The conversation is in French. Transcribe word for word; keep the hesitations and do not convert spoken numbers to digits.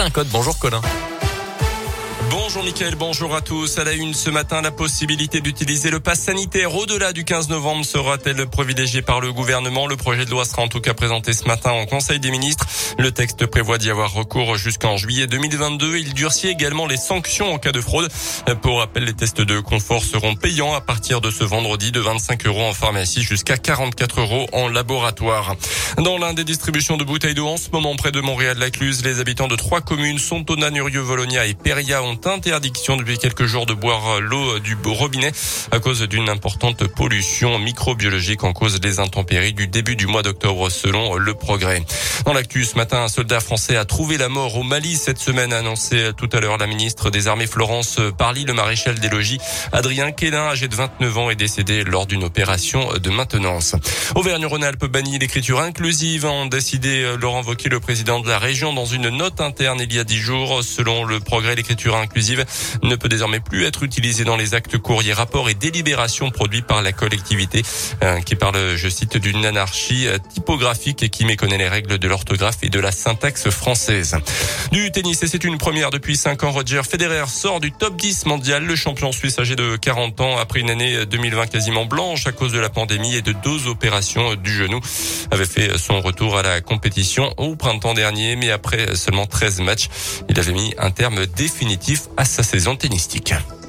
Colin Cotte. Bonjour Colin. Bonjour Mickaël, bonjour à tous. À la une ce matin, la possibilité d'utiliser le pass sanitaire au-delà du quinze novembre sera-t-elle privilégiée par le gouvernement? Le projet de loi sera en tout cas présenté ce matin en Conseil des ministres. Le texte prévoit d'y avoir recours jusqu'en juillet deux mille vingt-deux. Il durcit également les sanctions en cas de fraude. Pour rappel, les tests de confort seront payants à partir de ce vendredi, de vingt-cinq euros en pharmacie jusqu'à quarante-quatre euros en laboratoire. Dans l'un des distributions de bouteilles d'eau en ce moment près de Montréal-Lacluse, les habitants de trois communes, Sontona, Nurieux-Volonia et Péria, ont interdiction depuis quelques jours de boire l'eau du robinet à cause d'une importante pollution microbiologique en cause des intempéries du début du mois d'octobre selon Le Progrès. Dans l'actu ce matin, un soldat français a trouvé la mort au Mali cette semaine, a annoncé tout à l'heure la ministre des Armées Florence Parly. Le maréchal des logis Adrien Quélin, âgé de vingt-neuf ans, est décédé lors d'une opération de maintenance. Auvergne-Rhône-Alpes bannit l'écriture inclusive, ont décidé Laurent Wauquiez, le président de la région, dans une note interne il y a dix jours. Selon Le Progrès, l'écriture inclusive ne peut désormais plus être utilisée dans les actes, courriers, rapports et délibérations produits par la collectivité, euh, qui parle, je cite, d'une anarchie typographique et qui méconnaît les règles de l'orthographe et de la syntaxe française. Du tennis, et c'est une première depuis cinq ans, Roger Federer sort du top dix mondial. Le champion suisse âgé de quarante ans, après une année deux mille vingt quasiment blanche à cause de la pandémie et de deux opérations du genou, avait fait son retour à la compétition au printemps dernier, mais après seulement treize matchs, il avait mis un terme définitif à sa saison tennistique.